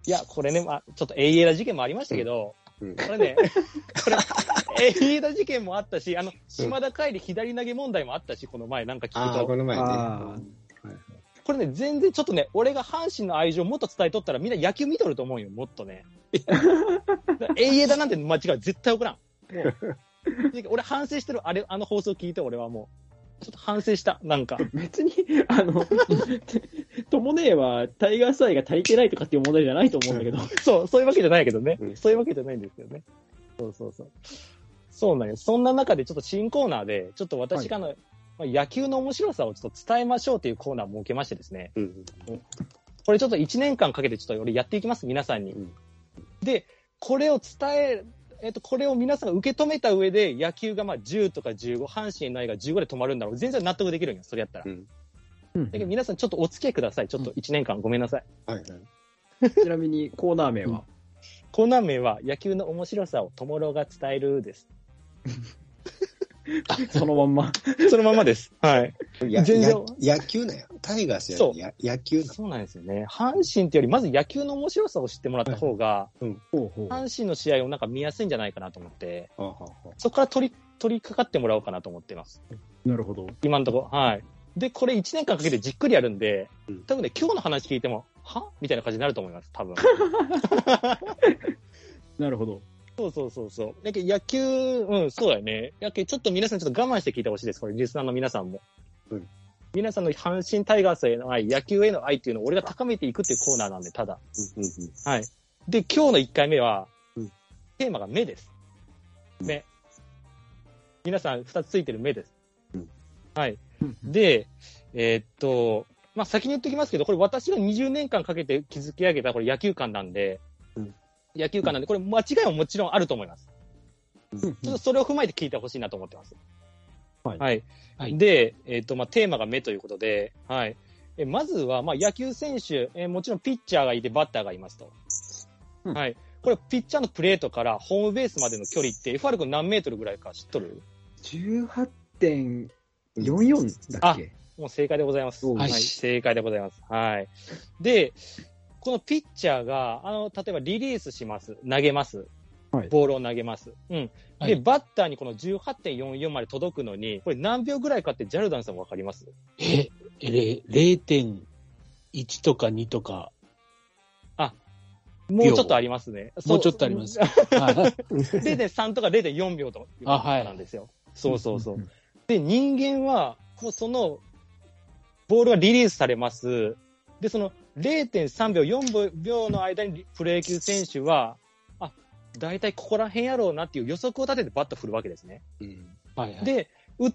いや、これね、ちょっと永遠な事件もありましたけど、これね、永遠な事件もあったし、島田海里左投げ問題もあったし、この前なんか聞くと。 この前ね。 これね、全然ちょっとね、俺が阪神の愛情をもっと伝えとったらみんな野球見とると思うよ、もっとね。永遠だなんて間違い絶対起こらん。もう俺反省してる、あの放送聞いて俺はもう、ちょっと反省した、なんか。 別に、ともねえはタイガース愛が足りてないとかっていう問題じゃないと思うんだけど。 そういうわけじゃないけどね。そういうわけじゃないんですよね。そうなんよ。そんな中でちょっと新コーナーで、ちょっと私が野球の面白さをちょっと伝えましょうというコーナーを設けましてですね。これちょっと1年間かけてちょっと俺やっていきます、皆さんに。で、これをこれを皆さんが受け止めた上で、野球が10とか15、阪神の愛が15で止まるんだろう。全然納得できるんよ、それやったら。だけど皆さんちょっとお付き合いください。ちょっと1年間ごめんなさい。 ちなみにコーナー名は、 コーナー名は野球の面白さをともろが伝えるです。 そのまんま。 そのままです。はい。 全然。野球なよ。タイガースや野球な。 そうなんですよね。阪神ってより、まず野球の面白さを知ってもらった方が、阪神の試合をなんか見やすいんじゃないかなと思って、そこから取り掛かってもらおうかなと思っています。 なるほど。 今のところ。はい。で、これ1年間かけてじっくりやるんで、多分ね、今日の話聞いても、はみたいな感じになると思います、多分。 なるほど。 そう。だけど野球、そうだよね。やけちょっと皆さんちょっと我慢して聞いてほしいです。これ、リスナーの皆さんも。皆さんの阪神タイガースへの愛、野球への愛っていうのを俺が高めていくっていうコーナーなんで、ただ。はい。で、今日の1回目は、テーマが目です。目。皆さん2つついてる目です。はい。で、先に言っておきますけど、これ私が20年間かけて築き上げたこれ野球観なんで、これ間違いももちろんあると思います。ちょっとそれを踏まえて聞いてほしいなと思ってます。はい。で、テーマが目ということで、はい。まずは、野球選手、もちろんピッチャーがいてバッターがいますと。はい。これ、ピッチャーのプレートからホームベースまでの距離って、FR 君何メートルぐらいか知っとる？ 18.44 だっけ？ もう正解でございます。はい。正解でございます。はい。で、このピッチャーが、例えばリリースします。投げます。ボールを投げます。で、バッターにこの 18.44 まで届くのに、これ何秒ぐらいかってジャルダンさんわかります？ 0.1 とか2とか。 もうちょっとありますね。 もうちょっとあります。 0.3 とか 0.4 秒とかなんですよ。そう。で、人間は、もうその、ボールがリリースされます。で、その 0.3 秒、4秒の間にプロ野球選手は、だいたいここら辺やろうなっていう予測を立ててバット振るわけですね。で、打った、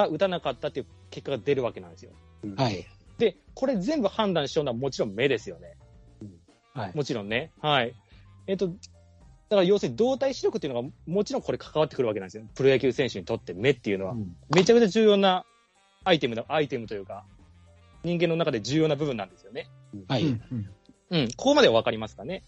打たなかったっていう結果が出るわけなんですよ。で、これ全部判断しようのはもちろん目ですよね。もちろんね。だから要するに動体視力っていうのがもちろんこれ関わってくるわけなんですよ。プロ野球選手にとって目っていうのは、めちゃくちゃ重要なアイテムというか、人間の中で重要な部分なんですよね。ここまではわかりますかね。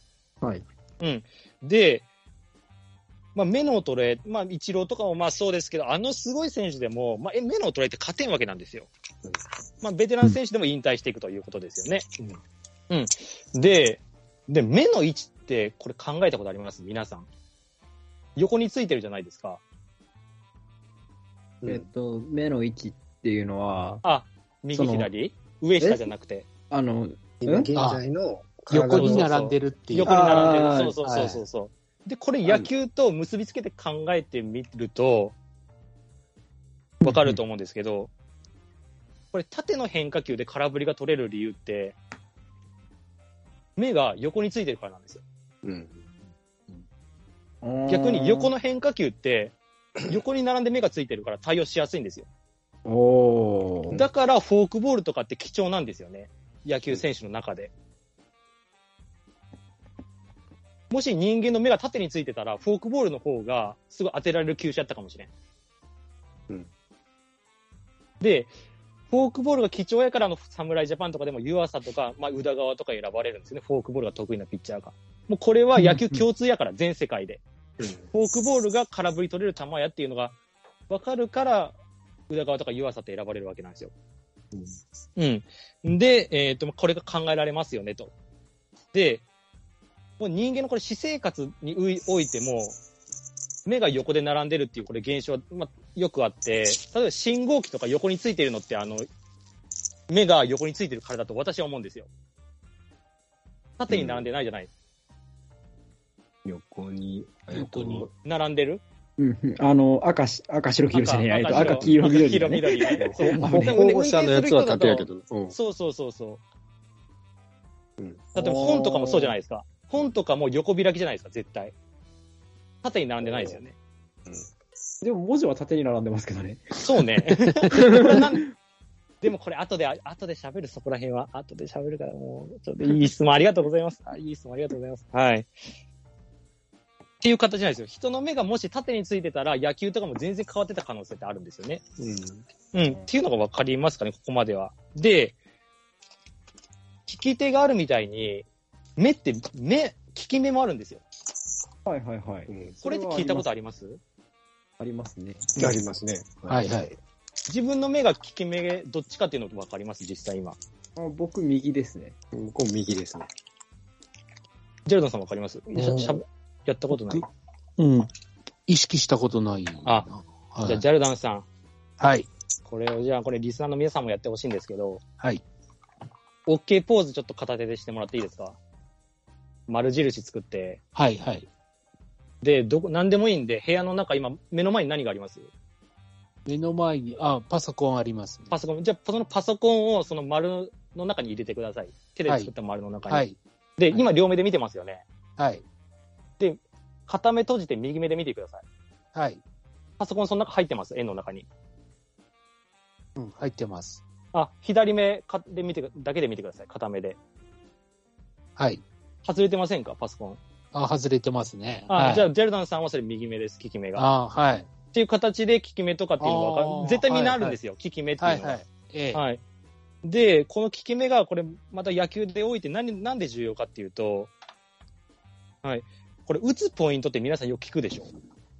で、目の衰え、イチローとかもそうですけど、すごい選手でも、目の衰えって勝てんわけなんですよ。ベテラン選手でも引退していくということですよね。で、目の位置ってこれ考えたことあります？皆さん。横についてるじゃないですか。 目の位置っていうのは、 右左？上下じゃなくて。 今現在の横に並んでるっていう。 横に並んでる。そう。で、これ野球と結びつけて考えてみると、わかると思うんですけど、これ縦の変化球で空振りが取れる理由って、目が横についてるからなんですよ。逆に横の変化球って、横に並んで目がついてるから対応しやすいんですよ。だからフォークボールとかって貴重なんですよね。野球選手の中で。もし人間の目が縦についてたら、フォークボールの方がすぐ当てられる球種やったかもしれん。で、フォークボールが貴重やから侍ジャパンとかでも湯浅とか、宇田川とか選ばれるんですよね。フォークボールが得意なピッチャーが。もうこれは野球共通やから、全世界で。フォークボールが空振り取れる球やっていうのが分かるから、宇田川とか湯浅って選ばれるわけなんですよ。で、これが考えられますよねと。で、 もう人間のこれ私生活においても、目が横で並んでるっていうこれ現象は、よくあって、例えば信号機とか横についてるのって目が横についてるからだと私は思うんですよ。縦に並んでないじゃない。 横に並んでる赤、白、黄色じゃない。赤、黄色、緑、ね。 黄色、緑。そう。 候補者のやつは縦やけど。 そう。例えば本とかもそうじゃないですか。本とかも横開きじゃないですか、絶対。縦に並んでないですよね。 でも文字は縦に並んでますけどね。 そうね。でもこれ後で喋る、そこら辺は。後で喋るから、もう、ちょっといい質問ありがとうございます。いい質問ありがとうございます。はい。っていう形なんですよ。人の目がもし縦についてたら、野球とかも全然変わってた可能性ってあるんですよね。っていうのがわかりますかね、ここまでは。で、利き手があるみたいに、利き目もあるんですよ。 はい。 これって聞いたことあります？ ありますね。 ありますね。 はい。 自分の目が利き目、どっちかっていうのってわかります？実際今。 僕、右ですね。 僕も右ですね。 ジェルダンさんわかります？やったことない？ 意識したことない。 じゃあ、ジャルダンさん。 はい。 これリスナーの皆さんもやってほしいんですけど。 はい。 OK ポーズちょっと片手でしてもらっていいですか？丸印作って。 はい。 で、何でもいいんで、部屋の中、今、目の前に何があります？ 目の前に、パソコンあります、ね。 パソコン。じゃあ、そのパソコンをその丸の中に入れてください。手で作った丸の中に。はい。で、今、両目で見てますよね。 はい。 で、片目閉じて右目で見てください。 はい。 パソコンその中入ってます？円の中に。 入ってます。 左目だけで見てください。片目で。 はい。 外れてませんか？パソコン。 外れてますね。 じゃあ、ジェルダンさんはそれ右目です。利き目が。 はい。 っていう形で利き目とかっていうのが分かる。絶対みんなあるんですよ。利き目っていうのは。はい。で、この利き目が、これ、また野球でおいてなんで重要かっていうと、はい。これ、打つポイントって皆さんよく聞くでしょ？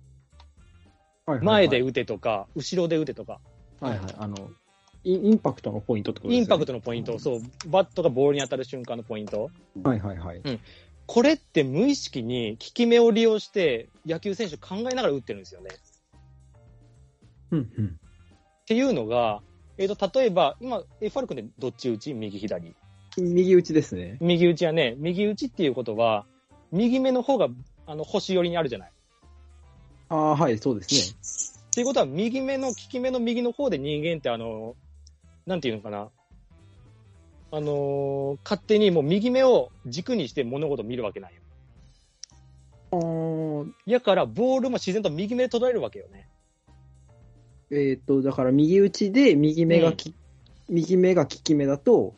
前で打てとか、後ろで打てとか。 インパクトのポイントってことですね。 インパクトのポイント、そう。バットがボールに当たる瞬間のポイント。これって無意識に利き目を利用して野球選手考えながら打ってるんですよね。っていうのが、例えば、今、FR 君ってどっち打ち？右左？ 右打ちですね。 右打ちはね、右打ちっていうことは、右目の方が、星寄りにあるじゃない。 はい、そうですね。 っていうことは、利き目の右の方で人間ってなんていうのかな。勝手にもう右目を軸にして物事を見るわけないよ。やから、ボールも自然と右目で捉えるわけよね。 だから右打ちで右目が利き目だと、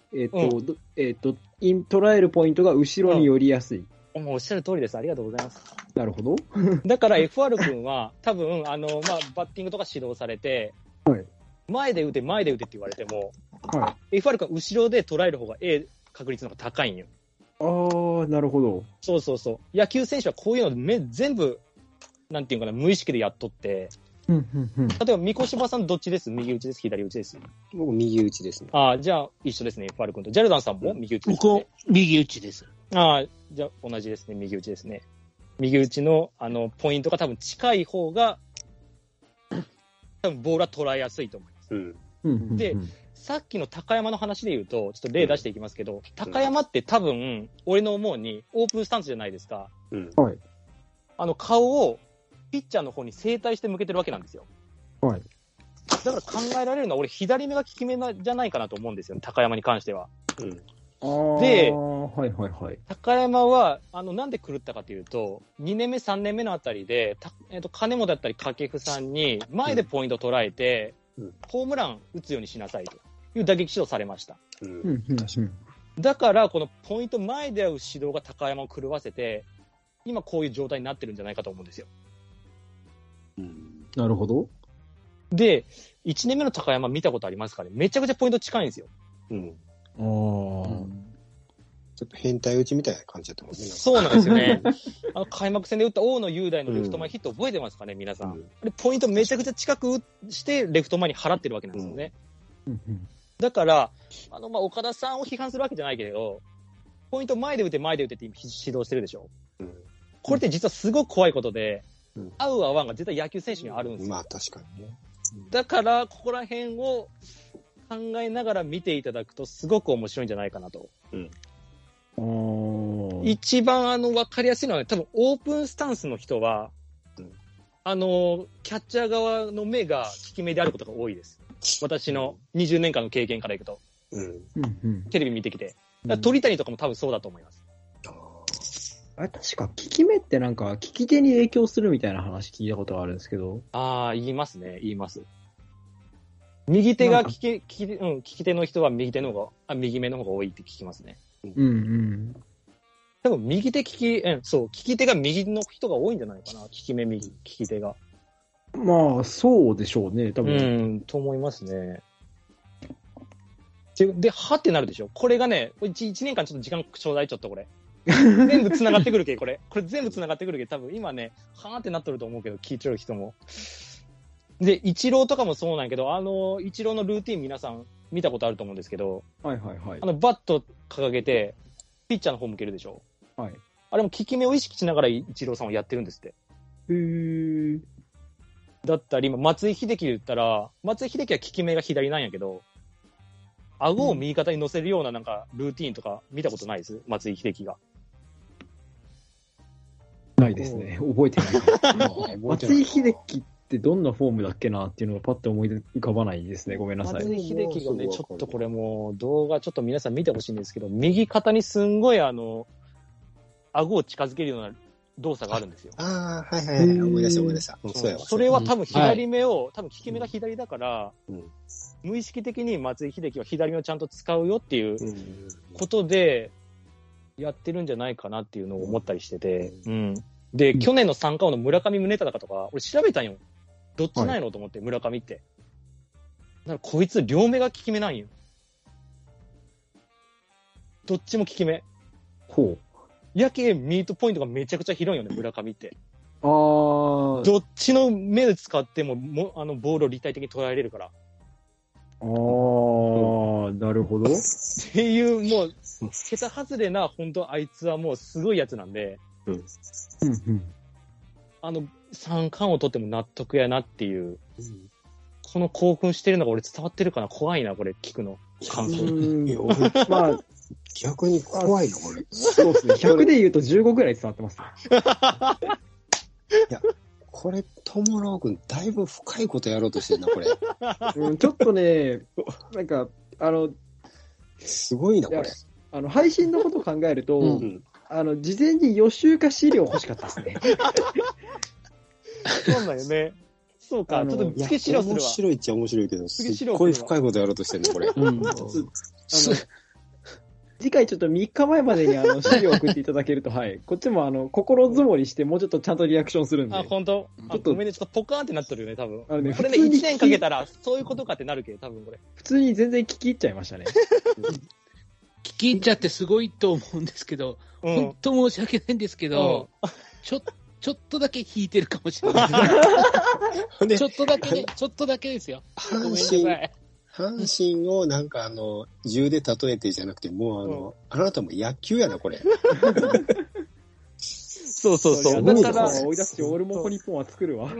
捉えるポイントが後ろに寄りやすい。 もうおっしゃる通りです。ありがとうございます。 なるほど。 だから FR 君は多分、バッティングとか指導されて、前で打てって言われても、FR 君は後ろで捉える方が確率の方が高いんよ。 なるほど。 そう。野球選手はこういうの全部、なんていうかな、無意識でやっとって、例えば、三越さんどっちです？右打ちです？左打ちです？ 僕、右打ちですね。 じゃあ、一緒ですね、FR 君と。ジャルダンさんも右打ちですね。 僕、右打ちです。 じゃあ、同じですね、右打ちですね。右打ちの、ポイントが多分近い方が、多分ボールは捉えやすいと思います。で、さっきの高山の話で言うと、ちょっと例出していきますけど、高山って多分、俺の思うに、オープンスタンスじゃないですか。顔を、ピッチャーの方に正対して向けてるわけなんですよ。だから考えられるのは、俺、左目が利き目じゃないかなと思うんですよね、高山に関しては。で、高山は、なんで狂ったかというと、2年目、3年目のあたりで、金本だったり掛布さんに、前でポイントを捉えて、ホームラン打つようにしなさいという打撃指導されました。だから、このポイント前で会う指導が高山を狂わせて、今こういう状態になってるんじゃないかと思うんですよ。 なるほど。 で、1年目の高山見たことありますかね？めちゃくちゃポイント近いんですよ。 ちょっと変態打ちみたいな感じだったもんね。 そうなんですよね。開幕戦で打った大野雄大のレフト前ヒット覚えてますかね、皆さん。ポイントめちゃくちゃ近くしてレフト前に払ってるわけなんですよね。だから、岡田さんを批判するわけじゃないけれど、 ポイント前で打てって指導してるでしょ。 うん。 これって実はすごく怖いことで、 うん、 合う合わんが絶対野球選手にはあるんですよ。 まあ確かにね。 だから、ここら辺を考えながら見ていただくとすごく面白いんじゃないかなと。 うん。 一番わかりやすいのは、ね、多分オープンスタンスの人は、うん、キャッチャー側の目が効き目であることが多いです。私の20年間の経験からいくと。 うん。 テレビ見てきて。鳥谷とかも多分そうだと思います。 あれ確か、効き目ってなんか、利き手に影響するみたいな話聞いたことがあるんですけど。 ああ、言いますね。言います。右手が利き手の人は右目の方が多いって聞きますね。 うんうん。 多分右手利き手が右の人が多いんじゃないかな。利き手が。 まあ、そうでしょうね、多分。 と思いますね。で、はってなるでしょ。これがね、1年間ちょっと時間ちょうだい、ちょっとこれ。全部繋がってくるけ、これ全部繋がってくるけ、多分今ね、はーってなっとると思うけど、聞いてる人も。で、イチローとかもそうなんやけど、イチローのルーティン皆さん見たことあると思うんですけど、 はいはいはい。 バット掲げて、ピッチャーの方向けるでしょ。 はい。 あれも効き目を意識しながらイチローさんはやってるんですって。 へー。 だったり、今、松井秀喜で言ったら、松井秀喜は効き目が左なんやけど、顎を右肩に乗せるようななんかルーティーンとか見たことないです？松井秀喜が。 ないですね。覚えてない。松井秀喜ってどんなフォームだっけなっていうのがパッと思い浮かばないですね。ごめんなさい。 松井秀喜がね、ちょっとこれもう動画ちょっと皆さん見てほしいんですけど、右肩にすんごい顎を近づけるような動作があるんですよ。 ああ、はいはいはい。思い出した。 そうやわ。それは多分左目を、多分利き目が左だから、無意識的に松井秀喜は左目をちゃんと使うよっていうことでやってるんじゃないかなっていうのを思ったりしてて、で、去年の三冠王の村上宗隆とか、俺調べたんよ。どっちないのと思って、村上って。だからこいつ両目が利き目なんよ。どっちも利き目。 ほう。 やけミートポイントがめちゃくちゃ広いよね、村上って。 どっちの目で使っても、ボールを立体的に捉えれるから。 なるほど。 っていう、もう、桁外れな、本当あいつはもうすごいやつなんで、三冠を取っても納得やなっていう、この興奮してるのが俺伝わってるかな？怖いな、これ聞くの。感想。 まあ、逆に怖いの、これ。 そうですね。100で言うと15ぐらい伝わってます。 いや、これ、友郎くん、だいぶ深いことやろうとしてるな、これ。 ちょっとね、なんか、 すごいな、これ。 配信のことを考えると、事前に予習か資料欲しかったですね。 そうだよね。そうか、ちょっと付け資料するわ。 面白いっちゃ面白いけど、すっごい深いことやろうとしてるね、これ。 次回ちょっと3日前までに資料を送っていただけると、はい。こっちも心づもりして、もうちょっとちゃんとリアクションするんで。 本当？ごめんね、ちょっとポカーンってなってるよね、多分。これね、1年かけたら、そういうことかってなるけど、多分これ。 普通に全然聞き入っちゃいましたね。 聞き入っちゃってすごいと思うんですけど、本当申し訳ないんですけど、ちょっとだけ引いてるかもしれない。ちょっとだけね、ちょっとだけですよ。ごめんなさい。 阪神をなんか銃で例えてじゃなくて、もうあなたも野球やな、これ。 そう。 だから追い出してオールモコ日本は作るわ。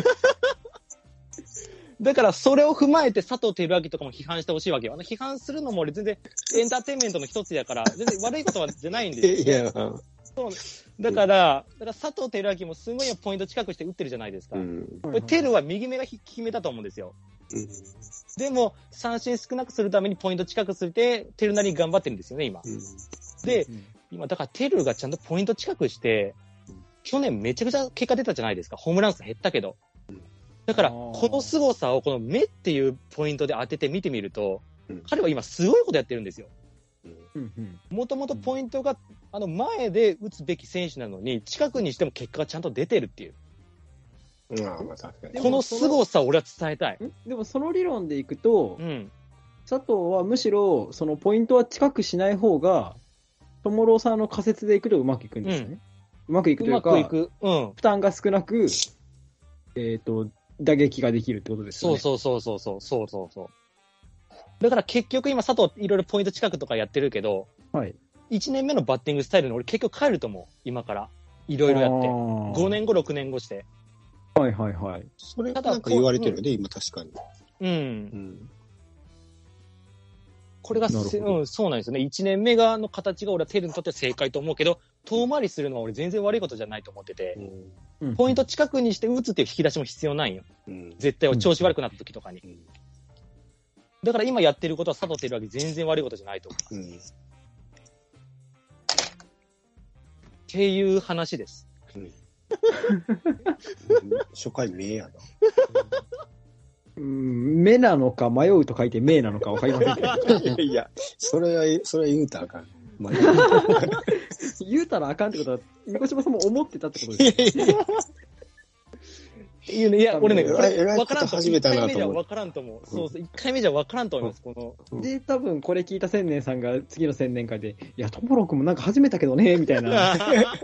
だからそれを踏まえて佐藤輝明とかも批判してほしいわけよ。批判するのも俺全然エンターテインメントの一つやから、全然悪いことはじゃないんですよ。いや、そう。だから佐藤輝明もすごいポイント近くして打ってるじゃないですか。これテルは右目が利き目だと思うんですよ。でも、三振少なくするためにポイント近くするて、テルなりに頑張ってるんですよね、今。で、今、だからテルがちゃんとポイント近くして、去年めちゃくちゃ結果出たじゃないですか。ホームラン数減ったけど。だから、この凄さをこの目っていうポイントで当てて見てみると、彼は今すごいことやってるんですよ。もともとポイントが、前で打つべき選手なのに、近くにしても結果がちゃんと出てるっていう。この凄さを俺は伝えたい。 でもその理論でいくと、佐藤はむしろそのポイントは近くしない方が、友郎さんの仮説でいくとうまくいくんですよね。うまくいくというか、負担が少なく、打撃ができるってことですよね。 そう。だから結局今佐藤いろいろポイント近くとかやってるけど、 1年目のバッティングスタイルに俺結局変えると思う。今から。いろいろやって。5年後、6年後して。 はいはいはい。 それなんか言われてるよね、今確かに。 うん。これが、そうなんですよね。1年目の形が俺はテルにとっては正解と思うけど、遠回りするのは俺全然悪いことじゃないと思ってて、ポイント近くにして打つっていう引き出しも必要ないよ。絶対調子悪くなった時とかに。だから今やってることは佐藤輝明全然悪いことじゃないと思います。っていう話です。 初回目やな。 目なのか迷うと書いて目なのか分かりませんけど。 いや、それは言うたらあかん。 言うたらあかんってことは、三越島さんも思ってたってことですか？ いや、俺ね、 分からんと思う。1回目じゃ分からんと思う。そうそう、1回目じゃ分からんと思います、この。 で、多分これ聞いた千年さんが次の千年会で、いや、ともろくんもなんか始めたけどね、みたいな。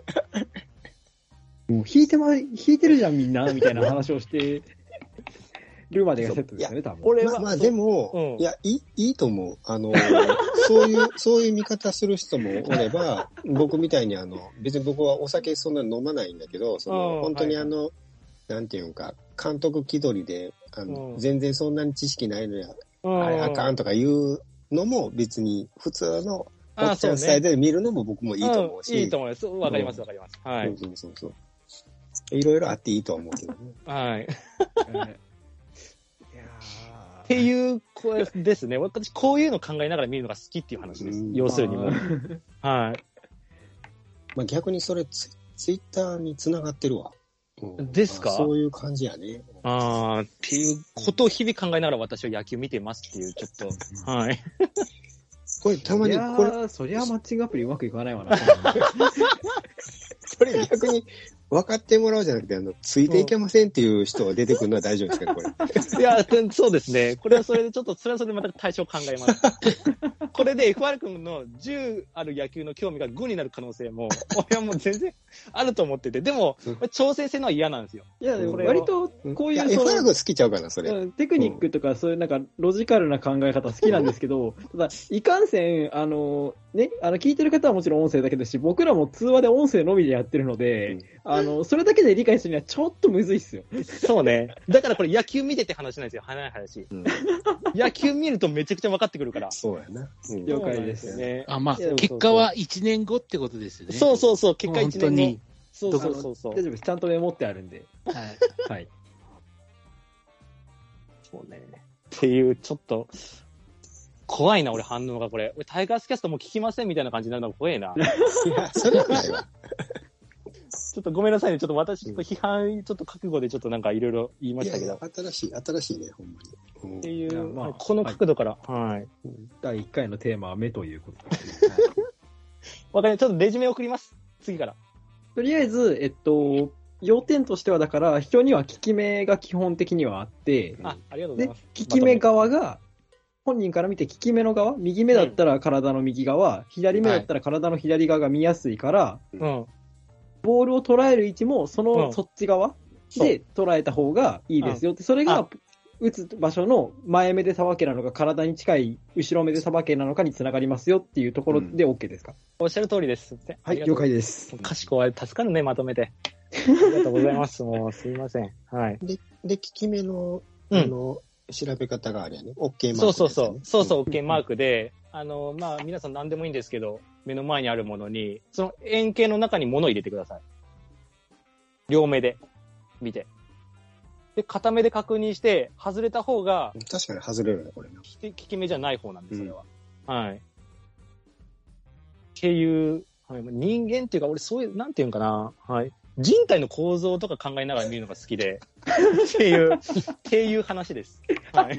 もう弾いてるじゃん、みんな、みたいな話をしてるまでがセットですよね、多分。 俺は。まあでも、いや、いいと思う。そういう見方する人もおれば、僕みたいに別に僕はお酒そんな飲まないんだけど、本当になんていうか、監督気取りで、全然そんなに知識ないのや、あれあかんとか言うのも別に普通のおっちゃんスタイルで見るのも僕もいいと思うし。 いいと思います。わかります、わかります。はい。 そう。いろいろあっていいと思うけどね。 はい。っていう声ですね。私、こういうの考えながら見るのが好きっていう話です。要するにも。はい。 まあ逆にそれツイッターに繋がってるわ。 ですか？ そういう感じやね。 っていうことを日々考えながら私は野球見てますっていう、ちょっと。はい。 これたまにそりゃマッチングアプリうまくいかないわな。 これ逆に分かってもらうじゃなくて、ついていけませんっていう人が出てくるのは大丈夫ですかね、これ。 いや、そうですね。これはそれでちょっと、それはそれでまた対象考えます。これで FR 君の10ある野球の興味が5になる可能性も、俺はもう全然あると思ってて、でも、調整するのは嫌なんですよ。 いや、でも割とこういう、 FR 君好きちゃうかな、それ。 テクニックとかそういうなんかロジカルな考え方好きなんですけど、ただ、いかんせん、聞いてる方はもちろん音声だけですし、僕らも通話で音声のみでやってるので、それだけで理解するにはちょっとむずいっすよ。 そうね。だからこれ野球見てって話なんですよ、早い話。野球見るとめちゃくちゃ分かってくるから。 そうやな。 了解ですね。 まあ、結果は1年後ってことですよね。 そう、結果1年後。そう。 大丈夫です。ちゃんとメモってあるんで。はい。 そうね。っていう、ちょっと、怖いな、俺反応がこれ。俺タイガースキャストもう聞きませんみたいな感じになるのが怖いな。 いや、それはないわ。 ちょっとごめんなさいね。ちょっと私、批判、ちょっと覚悟でちょっとなんかいろいろ言いましたけど。いや新しいね、ほんまに。 っていう、この角度から。はい。 第1回のテーマは目ということで。 わかりました。ちょっとレジュメ送ります。次から。 とりあえず、要点としては、だから、人には効き目が基本的にはあって、 ありがとうございます。 で、効き目側が、本人から見て利き目の側、右目だったら体の右側、左目だったら体の左側が見やすいから、ボールを捉える位置もそっち側で捉えた方がいいですよって、それが打つ場所の前目でさばけなのか体に近い後ろ目でさばけなのかにつながりますよっていうところで OK ですか？ おっしゃる通りです。 はい、了解です。 賢い、助かるね、まとめて。ありがとうございます。もうすいません。はい。 で、利き目の、調べ方があるよね。OK マーク、ね。 そう、OK マークで、皆さん何でもいいんですけど、目の前にあるものに、その円形の中に物を入れてください。両目で見て。で、片目で確認して、外れた方が、 確かに外れるね、これ。 利き目じゃない方なんです、それは。はい。っていう、人間っていうか、俺そういう、なんていうんかな、はい。人体の構造とか考えながら見るのが好きで、っていう話です。はい。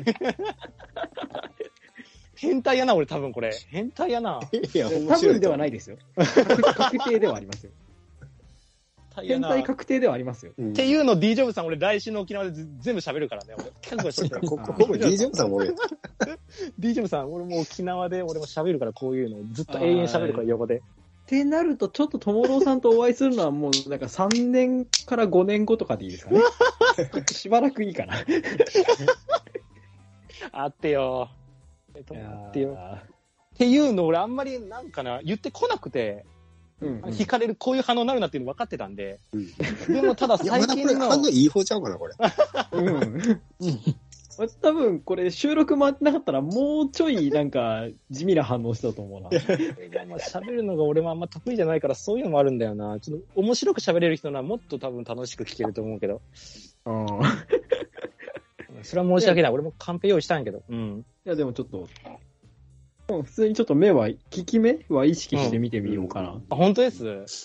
変態やな、俺多分これ。変態やな。 いや、多分ではないですよ。確定ではありますよ。変態確定ではありますよ。 っていうの D ジョブさん、俺来週の沖縄で全部喋るからね。俺覚悟してる。 ここ D ジョブさんもおるよ。 D ジョブさん、俺も沖縄で俺も喋るから、こういうのずっと永遠喋るから横で。 ってなると、ちょっと友郎さんとお会いするのはもうなんか3年から5年後とかでいいですかね。しばらくいいかな。 あってよ。あってよ。 っていうの俺あんまりなんかな、言ってこなくて、惹かれる、こういう反応になるなっていうの分かってたんで。でもただ最近の。 まだこれ反応いい方ちゃうかな、これ。 多分これ収録回ってなかったらもうちょいなんか地味な反応してたと思うな。 喋るのが俺もあんま得意じゃないからそういうのもあるんだよな。ちょっと面白く喋れる人ならもっと多分楽しく聞けると思うけど。それは申し訳ない。俺もカンペ用意したんやけど。いやでもちょっと、普通にちょっと目は、利き目は意識して見てみようかな。 本当です？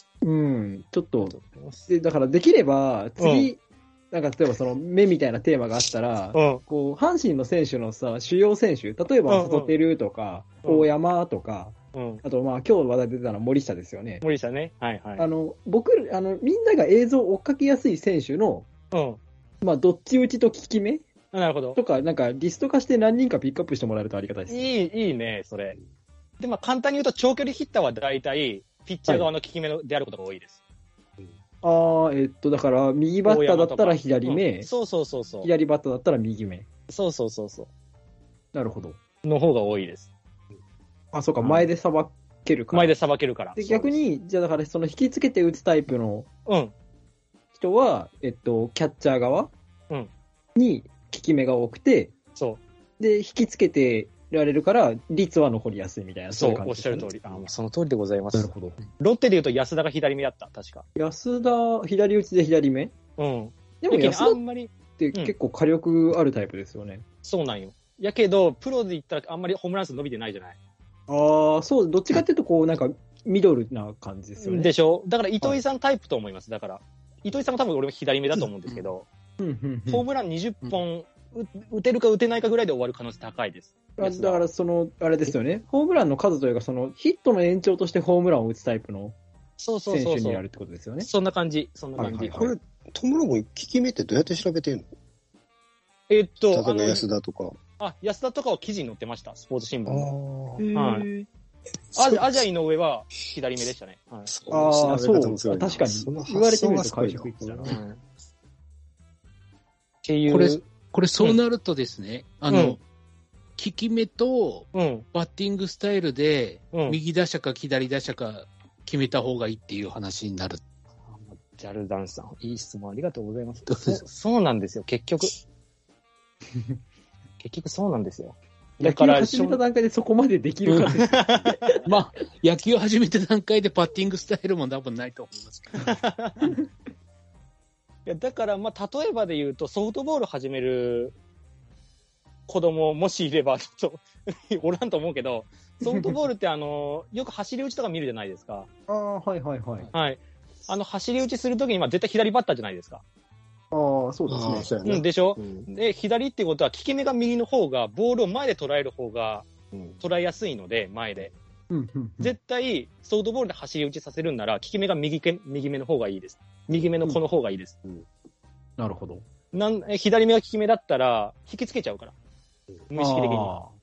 ちょっと、だからできれば次、なんか例えばその目みたいなテーマがあったら、こう、阪神の選手のさ、主要選手、例えばサトテルとか、大山とか、あとまあ今日話題出てたのは森下ですよね。 森下ね。はいはい。 みんなが映像を追っかけやすい選手の、まあどっち打ちと利き目なるほど。 とか、なんかリスト化して何人かピックアップしてもらえるとありがたいです。 いいね、それ。で、まあ簡単に言うと長距離ヒッターは大体、ピッチャー側の利き目であることが多いです。 だから、右バッターだったら左目。 そう。 左バッターだったら右目。 そう。 なるほど。 の方が多いです。 そうか、前でさばけるから。 前でさばけるから。 で、逆に、じゃあだからその引きつけて打つタイプの人は、キャッチャー側に利き目が多くて、で、引きつけてられるから、率は残りやすいみたいな。 そう、おっしゃる通り。その通りでございます。 なるほど。 ロッテで言うと安田が左目だった、確か。 安田、左打ちで左目？でも安田って結構火力あるタイプですよね。 そうなんよ。やけど、プロで言ったらあんまりホームラン数伸びてないじゃない。 そう、どっちかっていうとこう、なんか、ミドルな感じですよね。 でしょ？だから糸井さんタイプと思います。だから、糸井さんも多分俺も左目だと思うんですけど、ホームラン20本、打てるか打てないかぐらいで終わる可能性高いです。 だからあれですよね。ホームランの数というか、ヒットの延長としてホームランを打つタイプの選手になるってことですよね。 そんな感じ。これ、トムロ君、利き目ってどうやって調べてんの？例えば安田とか。 安田とかは記事に載ってました。スポーツ新聞の。アジャイの上は左目でしたね。 そう。確かに。言われてみると解釈いくだな。 っていう。 これそうなるとですね、利き目とバッティングスタイルで、右打者か左打者か決めた方がいいっていう話になる。 ジャルダンさん、いい質問ありがとうございます。そうなんですよ、結局そうなんですよ。 だから野球始めた段階でそこまでできるかですまあ、野球始めた段階でバッティングスタイルも多分ないと思いますけど。 だから、まあ、例えばで言うと、ソフトボール始める子供もしいれば、ちょっと、おらんと思うけど、ソフトボールってよく走り打ちとか見るじゃないですか。 はい。 はい。走り打ちするときに、絶対左バッターじゃないですか。 そうですね。 でしょ？で、左ってことは、利き目が右の方が、ボールを前で捉える方が、捉えやすいので、前で。絶対、ソフトボールで走り打ちさせるんなら、利き目が右目の方がいいです。右目の子の方がいいです。 なるほど。 左目が利き目だったら、引きつけちゃうから。無意識的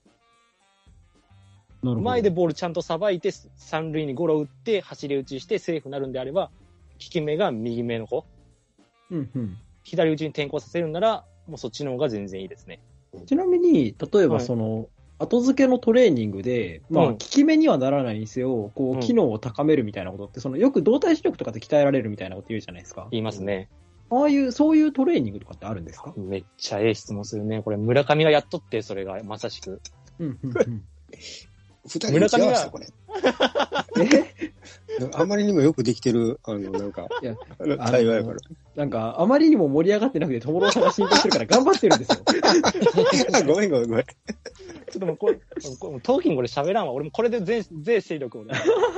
に。前でボールちゃんとさばいて、三塁にゴロ打って、走り打ちしてセーフになるんであれば、利き目が右目の方。左打ちに転向させるんなら、もうそっちの方が全然いいですね。 ちなみに、例えば後付けのトレーニングで、利き目にはならないにせよ、こう、機能を高めるみたいなことって、よく動体視力とかで鍛えられるみたいなこと言うじゃないですか。 言いますね。 そういうトレーニングとかってあるんですか？ めっちゃ質問するね。これ、村上がやっとって、それが、まさしく。 村上が、これ。あまりにもよくできてる、なんか、会話やから。 なんか、あまりにも盛り上がってなくて、友郎さんが心配してるから頑張ってるんですよ。 ごめん。ちょっともうトーキンこれ喋らんわ。俺もこれで全勢力をね。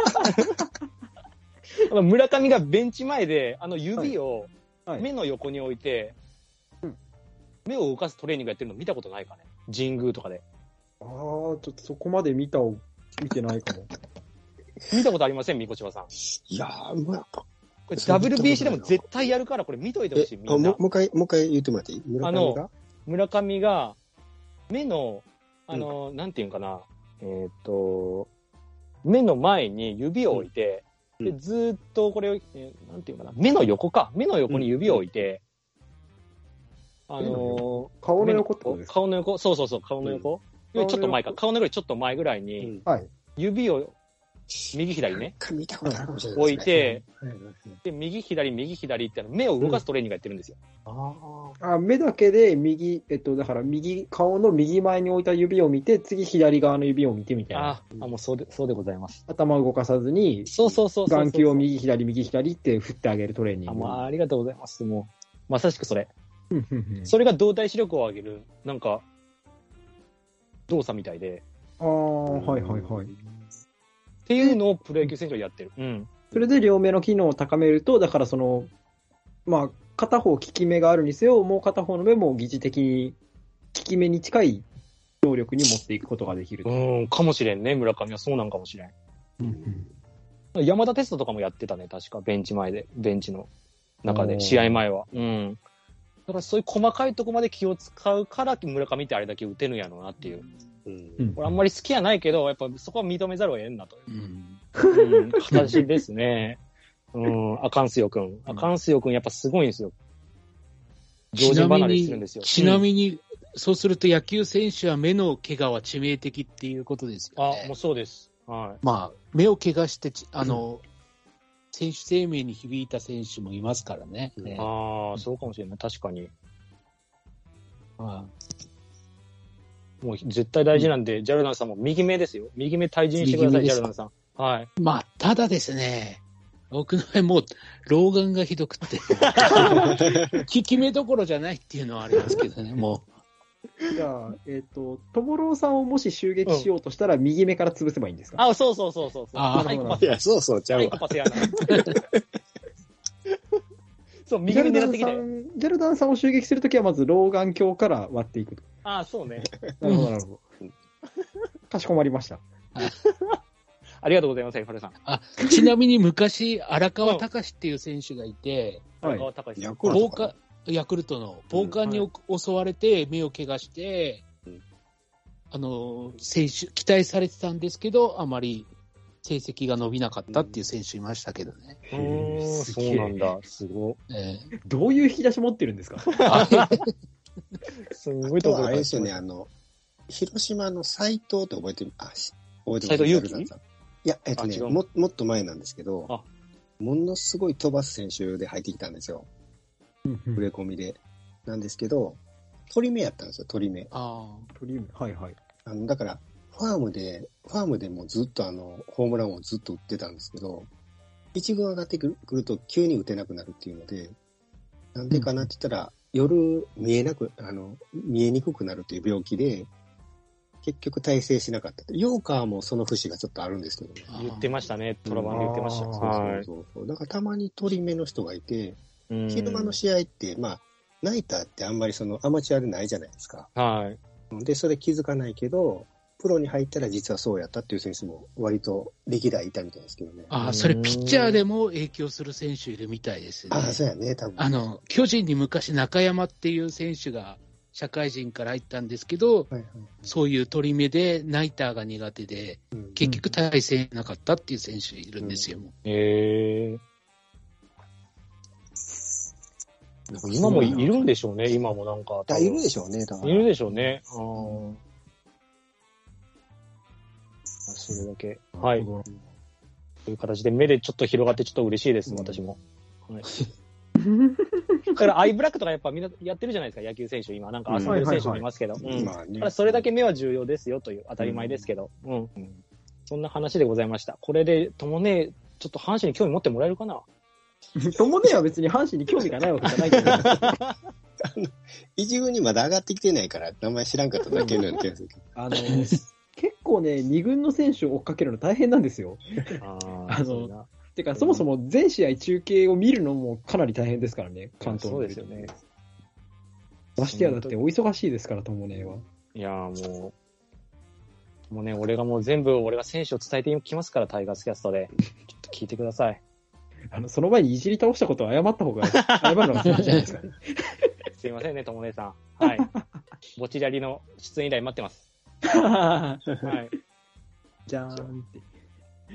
村上がベンチ前で、指を目の横に置いて、目を動かすトレーニングやってるの見たことないかね。神宮とかで。 ちょっとそこまで見てないかも。 見たことありません、みこちばさん。 いやー、まあ。 これ WBC でも絶対やるから、これ見といてほしい、みんな。 もう一回言ってもらっていい？ 村上が、目の、なんていうんかな、目の前に指を置いて、でずーっとこれを、なんていうかな、目の横に指を置いて、 顔の横ってことですか？ 顔の横、そう、顔の横。ちょっと前か、顔の横よりちょっと前ぐらいに、 指を右左ね。 見たことあるかもしれない置いて、で、右左って目を動かすトレーニングやってるんですよ。 目だけでだから顔の右前に置いた指を見て、次左側の指を見てみたいな。 もうそうでございます。 頭を動かさずに、 そう。 眼球を右左って振ってあげるトレーニング。 ありがとうございます。もう、まさしくそれ。それが動体視力を上げる、なんか、動作みたいで。 はい。 っていうのをプロ野球選手はやってる。 それで両目の機能を高めると、だから片方効き目があるにせよ、もう片方の目も疑似的に効き目に近い能力に持っていくことができる。 かもしれんね、村上はそうなんかもしれん。山田テストとかもやってたね、確か、ベンチの中で、試合前は。だからそういう細かいとこまで気を使うから、村上ってあれだけ打てるんやろうなっていう。俺あんまり好きやないけど、やっぱそこは認めざるを得んなという、形ですね。アカンスヨ君やっぱすごいんですよ。常人離れするんですよ。 ちなみに、そうすると野球選手は目の怪我は致命的っていうことですよね。 もうそうです。 目を怪我して、選手生命に響いた選手もいますからね。 そうかもしれない。確かに。もう絶対大事なんで、ジャルダンさんも右目ですよ。右目退陣してください、ジャルダンさん。 ただですね、僕の場合もう老眼がひどくて、効き目どころじゃないっていうのはありますけどね、もう。じゃあ、友郎さんをもし襲撃しようとしたら、右目から潰せばいいんですか？ そう。 いや、そう、ちゃうわ。 そう、右目狙ってきて。 ジャルダンさんを襲撃するときは、まず老眼鏡から割っていくと。 そうね。 なるほど。かしこまりました。 ありがとうございます、ファルさん。 ちなみに昔、荒川隆っていう選手がいて、 荒川隆ヤクルトの暴漢に襲われて目を怪我して、期待されてたんですけど、あまり成績が伸びなかったっていう選手いましたけどね。 そうなんだ。すごい。 どういう引き出し持ってるんですか？ すごいところ。あれですよね、広島の斎藤って覚えてます斎藤佑樹？ いや、もっと前なんですけど、ものすごい飛ばす選手で入ってきたんですよ。触れ込みで。なんですけど、鳥目やったんですよ、鳥目。 鳥目。はい。 だから、ファームでもずっとホームランをずっと打ってたんですけど、一軍上がってくると急に打てなくなるっていうので、なんでかなって言ったら、夜見えにくくなるという病気で、結局大成しなかった。ヨーカーもその節がちょっとあるんですけどね。 言ってましたね。トラバンで言ってました。 そう。だからたまに鳥目の人がいて、昼間の試合って、ナイターってあんまりアマチュアでないじゃないですか。で、それ気づかないけど、プロに入ったら実はそうやったっていう選手も割と歴代いたみたいですけどね。 それピッチャーでも影響する選手いるみたいですね。 そうやね、多分。 巨人に昔中山っていう選手が社会人から入ったんですけど、そういう取り目でナイターが苦手で、結局対戦なかったっていう選手いるんですよ。 今もいるんでしょうね、今もなんか。 いるでしょうね、多分。 いるでしょうね。それだけ。はい。という形で目でちょっと広がってちょっと嬉しいです、私も。だからアイブラックとかやっぱみんなやってるじゃないですか、野球選手今。なんか遊んでる選手もいますけど。それだけ目は重要ですよという当たり前ですけど。そんな話でございました。これで、ともね、ちょっと阪神に興味持ってもらえるかな？ ともねは別に阪神に興味がないわけじゃないけど。 一軍にまだ上がってきてないから、名前知らんかっただけのような気がするけど。 結構ね、2軍の選手を追っかけるの大変なんですよ。てか、そもそも全試合中継を見るのもかなり大変ですからね、関東の。 そうですよね。 ましてやだってお忙しいですから、ともねは。 いやもうね、俺が選手を伝えていきますから、タイガースキャストで。ちょっと聞いてください。 その前にいじり倒したことを謝った方が、謝るのが先じゃないですかね。 すいませんね、ともねさん。はい。ぼちらりの出演依頼待ってます。 はい。じゃーんって。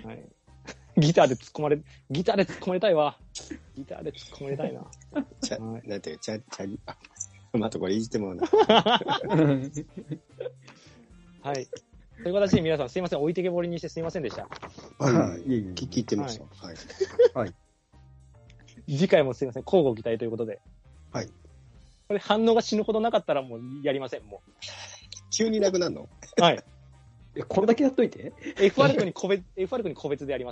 はい。ギターで突っ込まれたいわ。ギターで突っ込まれたいな。 なんていう、またこれいじってもらうな。 はい。 という形で皆さんすいません、置いてけぼりにしてすいませんでした。 はい。聞いてました。はい。はい。 次回もすいません、交互期待ということで。 はい。 これ反応が死ぬほどなかったらもうやりません、もう。 急になくなるの？ はい。 これだけやっといて。 FR 君に個別でやります。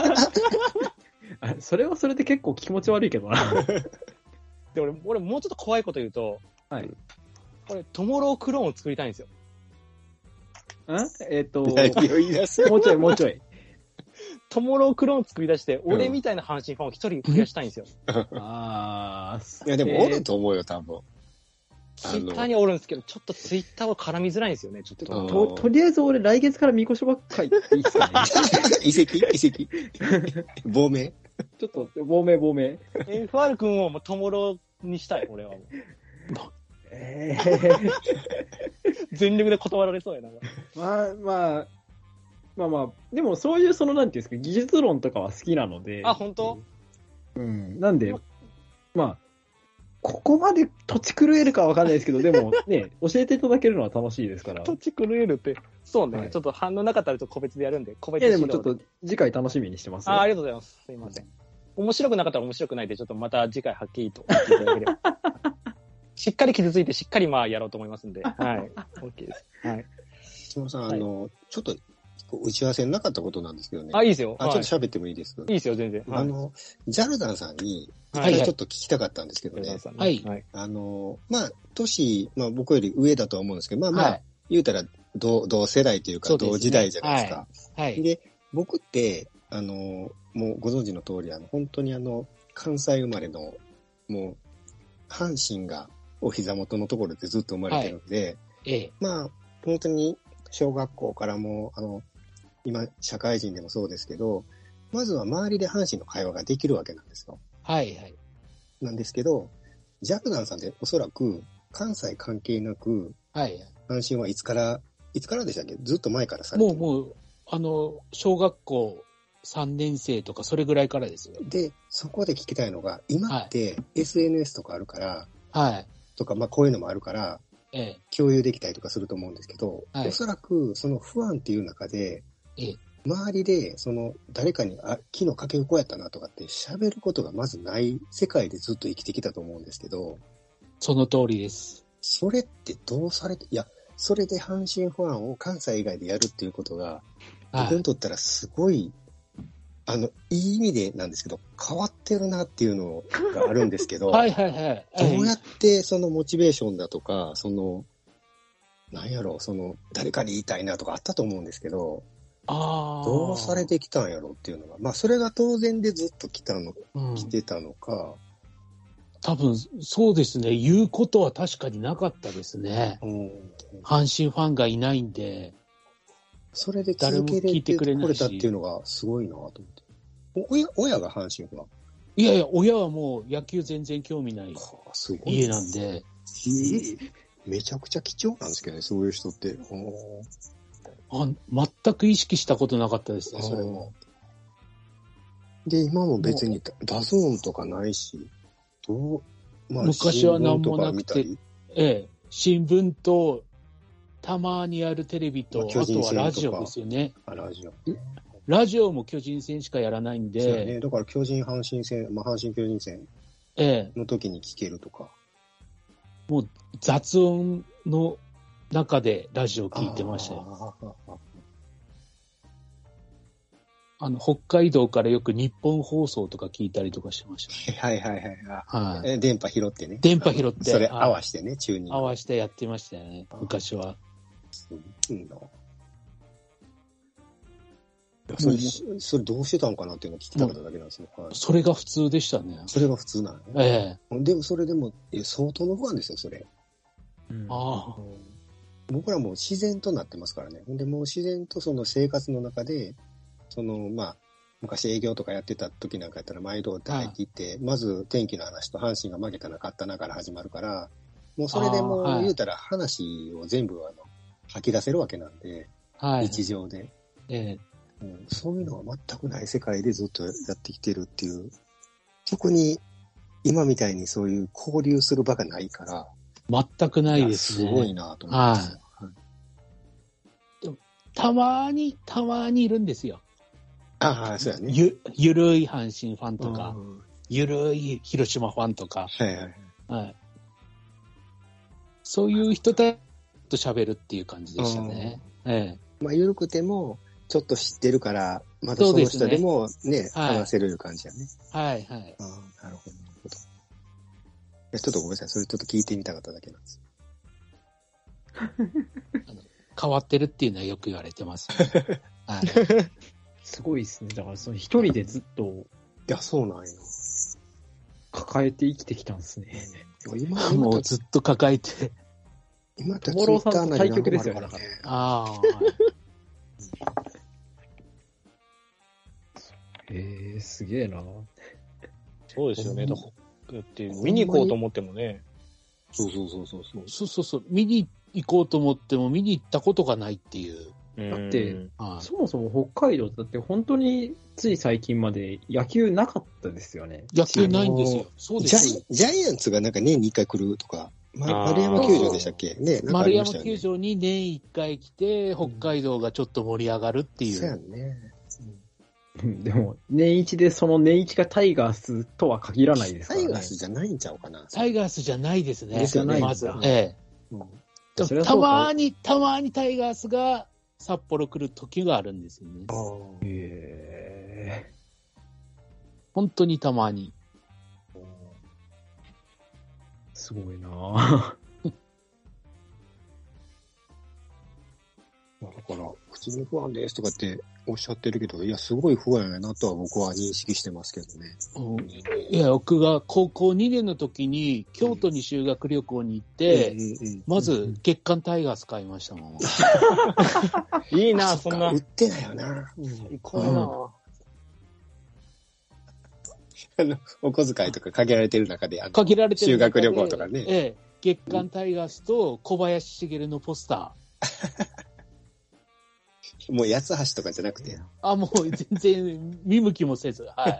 それはそれで結構気持ち悪いけどな。 で、俺もうちょっと怖いこと言うと、 はい。 これ、トモロークローンを作りたいんですよ。 もうちょい。 トモロークローンを作り出して、俺みたいな阪神ファンを一人増やしたいんですよ。 いや、でもおると思うよ、多分。 ツイッターにおるんですけど、ちょっっとツイッターは絡みづらいんですよね、ちょっと。 とりあえず俺来月からみこしばっかり行っていいですかね。 遺跡亡命ちょっと、亡命。 FR 君をもうトモロにしたい、俺はもう。全力で断られそうやな。 まあ、でもそういうなんていうんですか、技術論とかは好きなので。 あ、本当？ うん。なんで、まあ、ここまで土地狂えるかわかんないですけど、でもね、教えていただけるのは楽しいですから。 土地狂えるって、そうね、はい、ちょっと反応なかったらちょっと個別でやるんで、個別で。 いや、でもちょっと次回楽しみにしてます、ね。 ありがとうございます。すいません。面白くなかったら面白くないで、ちょっとまた次回はっきりと言っていただければ。しっかり傷ついて、しっかりやろうと思いますんで。はい。OK です。はい。 千葉さん、はい、ちょっと、打ち合わせなかったことなんですけどね。 あ、いいですよ。 ちょっと喋ってもいいですか？いいですよ、全然。 ジャルダンさんに、一回ちょっと聞きたかったんですけどね。 はい。 年、僕より上だとは思うんですけど、言うたら、同世代というか、同時代じゃないですか。 はい。 で、僕って、もうご存知の通り、本当に関西生まれの、もう、阪神がお膝元のところでずっと生まれてるんで、本当に、小学校からも、今、社会人でもそうですけど、まずは周りで阪神の会話ができるわけなんですよ。 はいはい。 なんですけど、ジャルダンさんっておそらく関西関係なく、 はい。 阪神はいつからでしたっけ？ずっと前からされてる。 もう、小学校3年生とかそれぐらいからですよ。 で、そこで聞きたいのが、今って SNS とかあるから、 はい。 とか、こういうのもあるから、共有できたりとかすると思うんですけど、おそらくその不安っていう中で、周りで、誰かに、昨日かけっこやったなとかって喋ることがまずない世界でずっと生きてきたと思うんですけど。 その通りです。 それってどうされて、いや、それで阪神ファンを関西以外でやるっていうことが、僕にとったらすごい、いい意味でなんですけど、変わってるなっていうのがあるんですけど、 どうやってそのモチベーションだとか、なんやろ、誰かに言いたいなとかあったと思うんですけど、どうされてきたんやろっていうのが、それが当然でずっと来てたのか。 多分、そうですね。言うことは確かになかったですね。阪神ファンがいないんで。 それで続けてこれたっていうのがすごいなと思って。親が阪神ファン？ いやいや、親はもう野球全然興味ない家なんで。 めちゃくちゃ貴重なんですけどね、そういう人って。 全く意識したことなかったですね、それも。 で、今も別にダゾーンとかないし、 昔は何もなくて、新聞と、たまにあるテレビと、あとはラジオですよね。ラジオも巨人戦しかやらないんで。 そうね。だから巨人阪神戦、阪神巨人戦の時に聞けるとか。 もう雑音の中でラジオ聞いてましたよ。北海道からよく日本放送とか聞いたりとかしてました。 はい。電波拾ってね。 電波拾って。 それ合わしてね、中に。 合わしてやってましたよね、昔は。 それどうしてたのかなっていうのを聞きたかっただけなんですよ。 それが普通でしたね。 それが普通なのね。でもそれでも相当の不安ですよ、それ。僕らもう自然となってますからね。でもう自然とその生活の中で、昔営業とかやってた時なんかやったら毎度って入っていって、まず天気の話と阪神が負けたな勝ったなから始まるから、もうそれでもう言うたら話を全部吐き出せるわけなんで、日常で。そういうのが全くない世界でずっとやってきてるっていう。特に今みたいにそういう交流する場がないから。 全くないですね。 すごいなと思います。 たまにいるんですよ。 ああ、そうやね。 ゆるい阪神ファンとか、ゆるい広島ファンとか。 はいはい。 はい。そういう人たちと喋るっていう感じでしたね。 まあ、ゆるくても、ちょっと知ってるから、またその人でもね、話せる感じやね。 はいはい。 ああ、なるほど、なるほど。ちょっとごめんなさい。それちょっと聞いてみたかっただけなんです。 変わってるっていうのはよく言われてます、ね。はい。 すごいですね。だからその一人でずっと。 いや、そうなんや。 抱えて生きてきたんですね。 今もうずっと抱えて。 今ってツイッターなり対局ですよね。 ああ。 すげえな。 そうですよね。だって見に行こうと思ってもね。 そう。 見に行こうと思っても見に行ったことがないっていう。 だって、そもそも北海道だって本当につい最近まで野球なかったですよね。 野球ないんですよ。そうです。 ジャイアンツがなんか年に1回来るとか、丸山球場でしたっけね。 丸山球場に年1回来て、北海道がちょっと盛り上がるっていう。 そうやね。 でも、年一でその年一がタイガースとは限らないですからね。 タイガースじゃないんちゃうかな。 タイガースじゃないですね。 ですよね。 まず。たまにタイガースが札幌来る時があるんですよね。本当にたまに。 すごいなぁ。 だから、普通に不安ですとかっておっしゃってるけど、いや、すごい不安やなとは僕は認識してますけどね。 いや、僕が高校2年の時に京都に修学旅行に行って、まず月刊タイガース買いましたもん。 いいな、そんな。 売ってないよな。 行こうな。 お小遣いとか限られてる中で、 限られてる修学旅行とかね。 月刊タイガースと小林茂のポスター。 もう八つ橋とかじゃなくて。 もう全然見向きもせず。はい。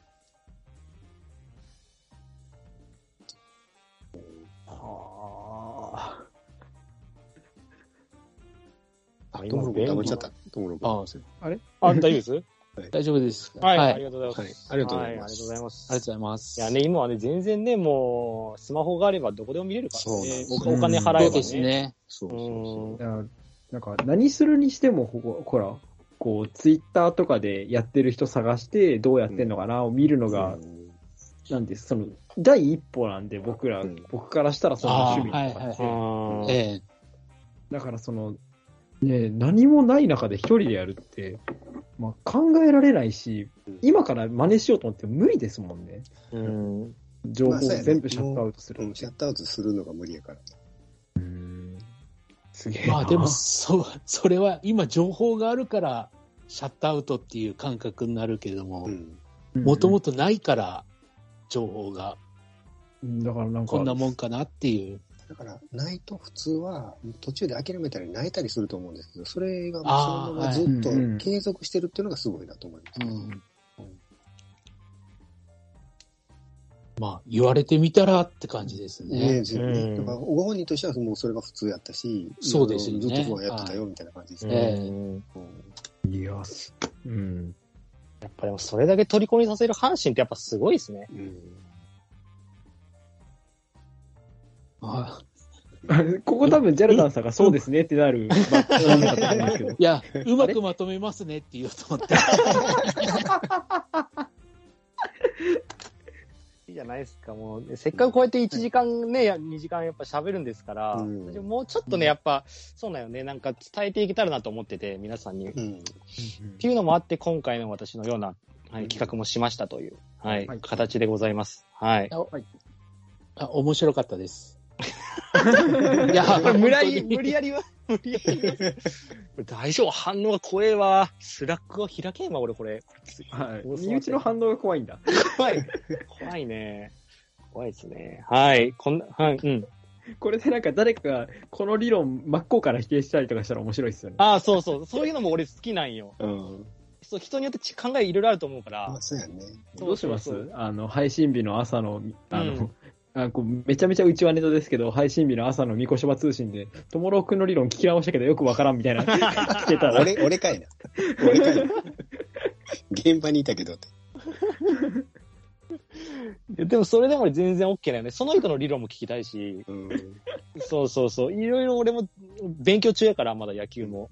トモロコ食べちゃった。トモロコ。 あれ大丈夫です大丈夫です。 はい。ありがとうございます。 ありがとうございます。 ありがとうございます。 ありがとうございます。 いやね、今はね、全然ね、もう、スマホがあればどこでも見れるからね。お金払えばね。そうですね。 そう。なんか、何するにしても、ほら、こう、ツイッターとかでやってる人探して、どうやってんのかなを見るのが、なんです、その、第一歩なんで、僕からしたらその趣味とかって。だからその、ね、何もない中で一人でやるって、まあ、考えられないし、今から真似しようと思っても無理ですもんね。情報を全部シャットアウトする。 シャットアウトするのが無理やから。 すげえな。 まあでも、それは今情報があるから、シャットアウトっていう感覚になるけれども、もともとないから、情報が。 だからなんか。 こんなもんかなっていう。 だから、ないと普通は、途中で諦めたり泣いたりすると思うんですけど、それがそのままずっと継続してるっていうのがすごいなと思います。 まあ、言われてみたらって感じですね。 だから、ご本人としてはもうそれが普通やったし、 そうですね。 ずっと不安やってたよみたいな感じですね。 いや、 やっぱでもそれだけ虜にさせる阪神ってやっぱすごいですね。 ここ多分ジャルダンさんがそうですねってなる。 いや、うまくまとめますねって言おうと思って。 いいじゃないですか、もう。せっかくこうやって1時間ね、2時間やっぱ喋るんですから、もうちょっとね、やっぱ、そうだよね、なんか伝えていけたらなと思ってて、皆さんに。っていうのもあって、今回の私のような、企画もしましたという、形でございます。はい。 面白かったです。 いや、無理やりは。大丈夫、反応が怖えわ。スラックを開けんわ、俺これ。 身内の反応が怖いんだ。 怖いね。怖いですね。はい。これでなんか誰かがこの理論真っ向から否定したりとかしたら面白いですよね。 そういうのも俺好きなんよ。人によって考えいろいろあると思うから。 そうやね。 どうします配信日の朝の、 めちゃめちゃ内輪ネタですけど、配信日の朝のみこしば通信で、ともろくんの理論聞き直したけどよくわからんみたいな聞けたら。 俺かいな。俺かいな。現場にいたけどって。 でもそれでも全然 OK だよね。その人の理論も聞きたいし。そうそうそう。いろいろ俺も勉強中やから、まだ野球も。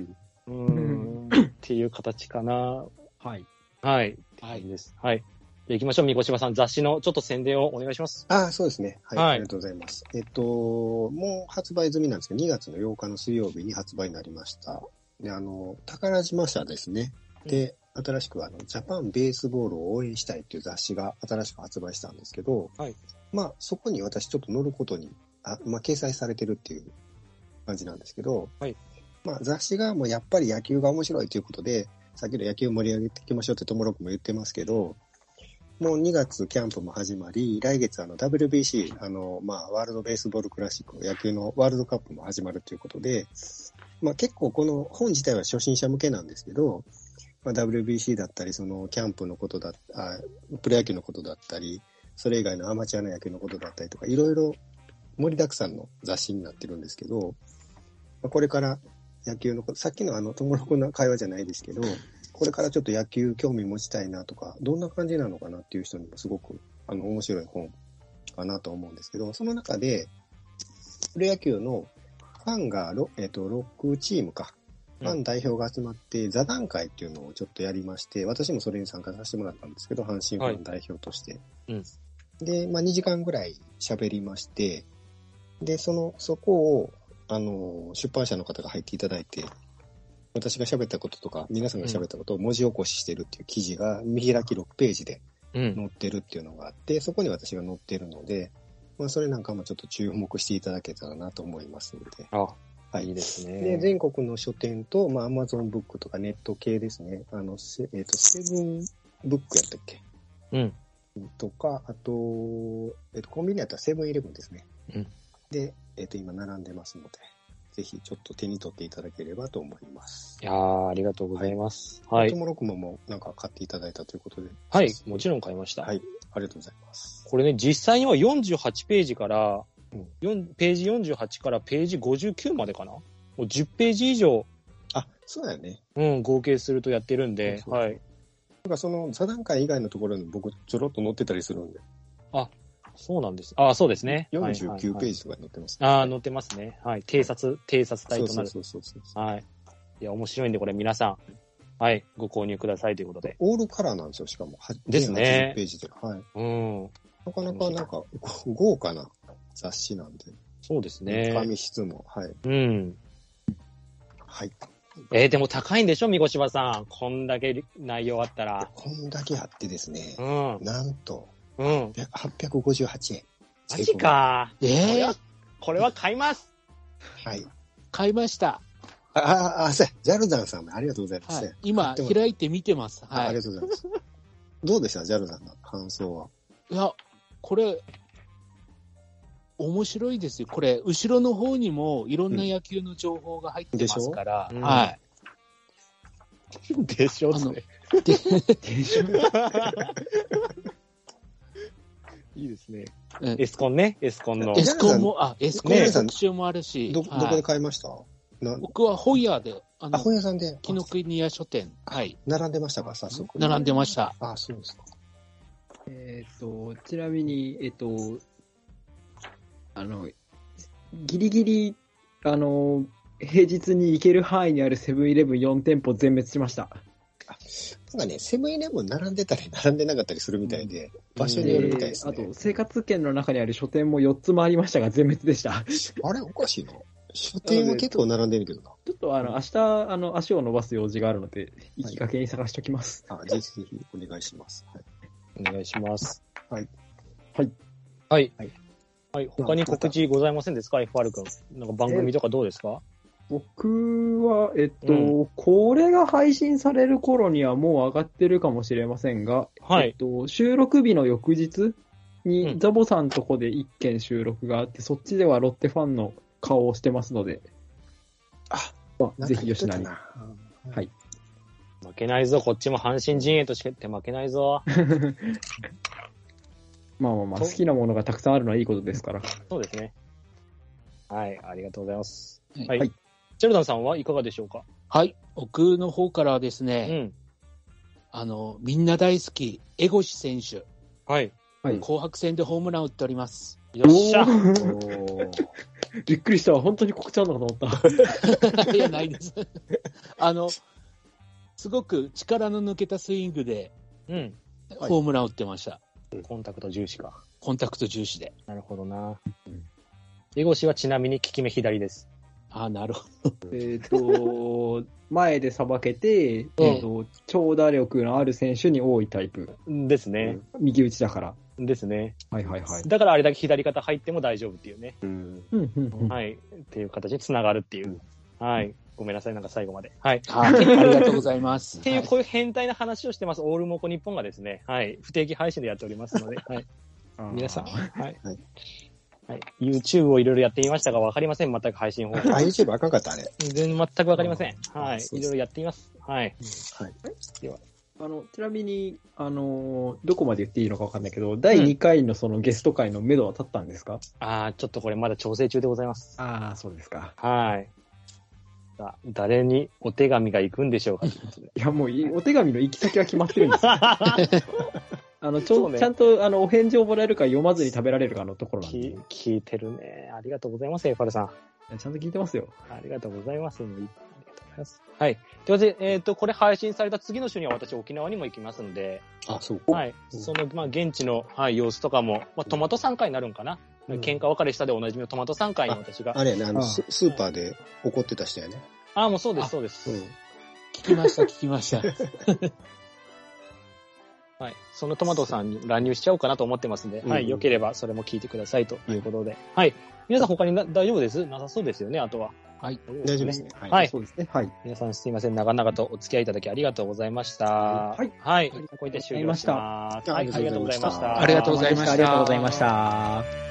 っていう形かな。 はい。 はい。はい。です。はい。行きましょう、三越柴さん。雑誌のちょっと宣伝をお願いします。 そうですね。はい。ありがとうございます。もう発売済みなんですけど、2月の8日の水曜日に発売になりました。で、宝島社ですね。で、新しくジャパンベースボールを応援したいっていう雑誌が新しく発売したんですけど、はい。まあ、そこに私ちょっと載ることに、掲載されてるっていう感じなんですけど、はい。まあ、雑誌がもうやっぱり野球が面白いということで、さっきの野球を盛り上げていきましょうってともろくも言ってますけど、もう2月キャンプも始まり、来月WBC、ワールドベースボールクラシック、野球のワールドカップも始まるということで、まあ結構この本自体は初心者向けなんですけど、WBC だったり、そのキャンプのことプロ野球のことだったり、それ以外のアマチュアの野球のことだったりとか、いろいろ盛りだくさんの雑誌になってるんですけど、これから野球のこと、さっきのともろくんの会話じゃないですけど、これからちょっと野球興味持ちたいなとか、どんな感じなのかなっていう人にもすごく面白い本かなと思うんですけど、その中で、プロ野球のファンが6チームか、ファン代表が集まって座談会っていうのをちょっとやりまして、私もそれに参加させてもらったんですけど、阪神ファン代表として。で、2時間ぐらい喋りまして、で、そこを、出版社の方が入っていただいて、私が喋ったこととか、皆さんが喋ったことを文字起こししてるっていう記事が見開き6ページで載ってるっていうのがあって、そこに私が載ってるので、まあそれなんかもちょっと注目していただけたらなと思いますので。 はい、いいですね。 で、全国の書店と、Amazon ブックとかネット系ですね。セブンブックやったっけ？とか、あと、コンビニやったらセブンイレブンですね。で、今並んでますので。ぜひちょっと手に取っていただければと思います。 いやー、ありがとうございます。はい。 ともろくもなんか買っていただいたということで。 はい、もちろん買いました。 はい、ありがとうございます。 これね、実際には48ページから、ページ48からページ59までかな？もう10ページ以上。 そうだよね。 合計するとやってるんで、はい。 なんかその座談会以外のところに僕ちょろっと載ってたりするんで。 そうなんです。そうですね。 49ページとかに載ってます、 ね。載ってますね。はい。偵察隊となる。 そう。 はい。いや、面白いんで、これ皆さん、はい、ご購入くださいということで。 オールカラーなんですよ、しかも。 ですね。 80ページで。はい。なかなかなんか、豪華な雑誌なんで。 そうですね。 紙質も、はい。はい。 でも高いんでしょ、三越柴さん。こんだけ内容あったら。 こんだけあってですね。なんと、858円。 マジか。これは買います。 はい。 買いました。 ジャルダンさんもありがとうございます。 今、開いて見てます。 ありがとうございます。どうでしたジャルダンの感想は。 いや、これ、面白いですよ。これ、後ろの方にもいろんな野球の情報が入ってますから。はい。 でしょでしょいいですね。エスコンね。エスコンの。 エスコンも、エスコンの特集もあるし。 どこで買いました？ 僕は本屋で。 本屋さんで。 紀ノ国屋書店。はい。 並んでましたか、早速。 並んでました。 そうですか。 ちなみに、ギリギリ、平日に行ける範囲にあるセブンイレブン4店舗全滅しました。 なんかね、セブンイレブン並んでたり並んでなかったりするみたいで、場所によるみたいですね。 あと、生活圏の中にある書店も4つもありましたが、全滅でした。 あれおかしいな。書店は結構並んでるけどな。 ちょっと明日、足を伸ばす用事があるので、行きかけに探しておきます。 ぜひぜひお願いします。はい。 お願いします。 はい。 他に告知ございませんですか ?FR 君。なんか番組とかどうですか？ 僕は、これが配信される頃にはもう上がってるかもしれませんが、収録日の翌日にザボさんとこで1件収録があって、そっちではロッテファンの顔をしてますので、ぜひ吉成。はい。 負けないぞ、こっちも阪神陣営として負けないぞ。 まあまあまあ、好きなものがたくさんあるのはいいことですから。 そうですね。はい、ありがとうございます。はい。ジェルダンさんはいかがでしょうか？ はい、僕の方からはですね、みんな大好き、江越選手。 はい。 紅白戦でホームラン打っております。 よっしゃびっくりしたわ。本当に告知あんのかと思った。いや、ないです。すごく力の抜けたスイングで、ホームラン打ってました。 コンタクト重視か。 コンタクト重視で。 なるほどな。江越はちなみに利き目左です。 あ、なるほど。 前でさばけて、長打力のある選手に多いタイプ。 ですね。 右打ちだから。 ですね。 はいはいはい。 だからあれだけ左肩入っても大丈夫っていうね。はい。っていう形につながるっていう。はい。ごめんなさい、なんか最後まで。はい。 ありがとうございます。 っていう、こういう変態な話をしてます。オールモコ日本がですね、はい。不定期配信でやっておりますので、はい。皆さん、はい。はい。YouTube をいろいろやってみましたが、わかりません。全く配信方法。 YouTube あかんかった、あれ。 全くわかりません。はい。いろいろやってみます。はい。はい。 では。ちなみに、どこまで言っていいのかわかんないけど、第2回のそのゲスト会の目処は立ったんですか？ ちょっとこれまだ調整中でございます。 そうですか。 はい。誰にお手紙が行くんでしょうか？いや、もう、お手紙の行き先は決まってるんですよ。ちゃんと、お返事をもらえるか読まずに食べられるかのところなんで。 聞いてるね。ありがとうございます、エファルさん。 ちゃんと聞いてますよ。 ありがとうございます。ありがとうございます。はい。ということで、これ配信された次の週には私沖縄にも行きますので。 そう。 はい。その、現地の、様子とかも、トマト3回になるんかな。喧嘩別れしたでおなじみのトマト3回に私が。 あれね、スーパーで怒ってた人やね。 もうそうです、そうです。 聞きました。 はい。そのトマトさんに乱入しちゃおうかなと思ってますんで、はい。良ければそれも聞いてくださいということで。はい。皆さん他に大丈夫です？なさそうですよね、あとは。 はい。 大丈夫ですね。 はい。そうですね。はい。 皆さんすいません。長々とお付き合いいただきありがとうございました。はい。はい。これで終了します。はい。ありがとうございました。 ありがとうございました。 ありがとうございました。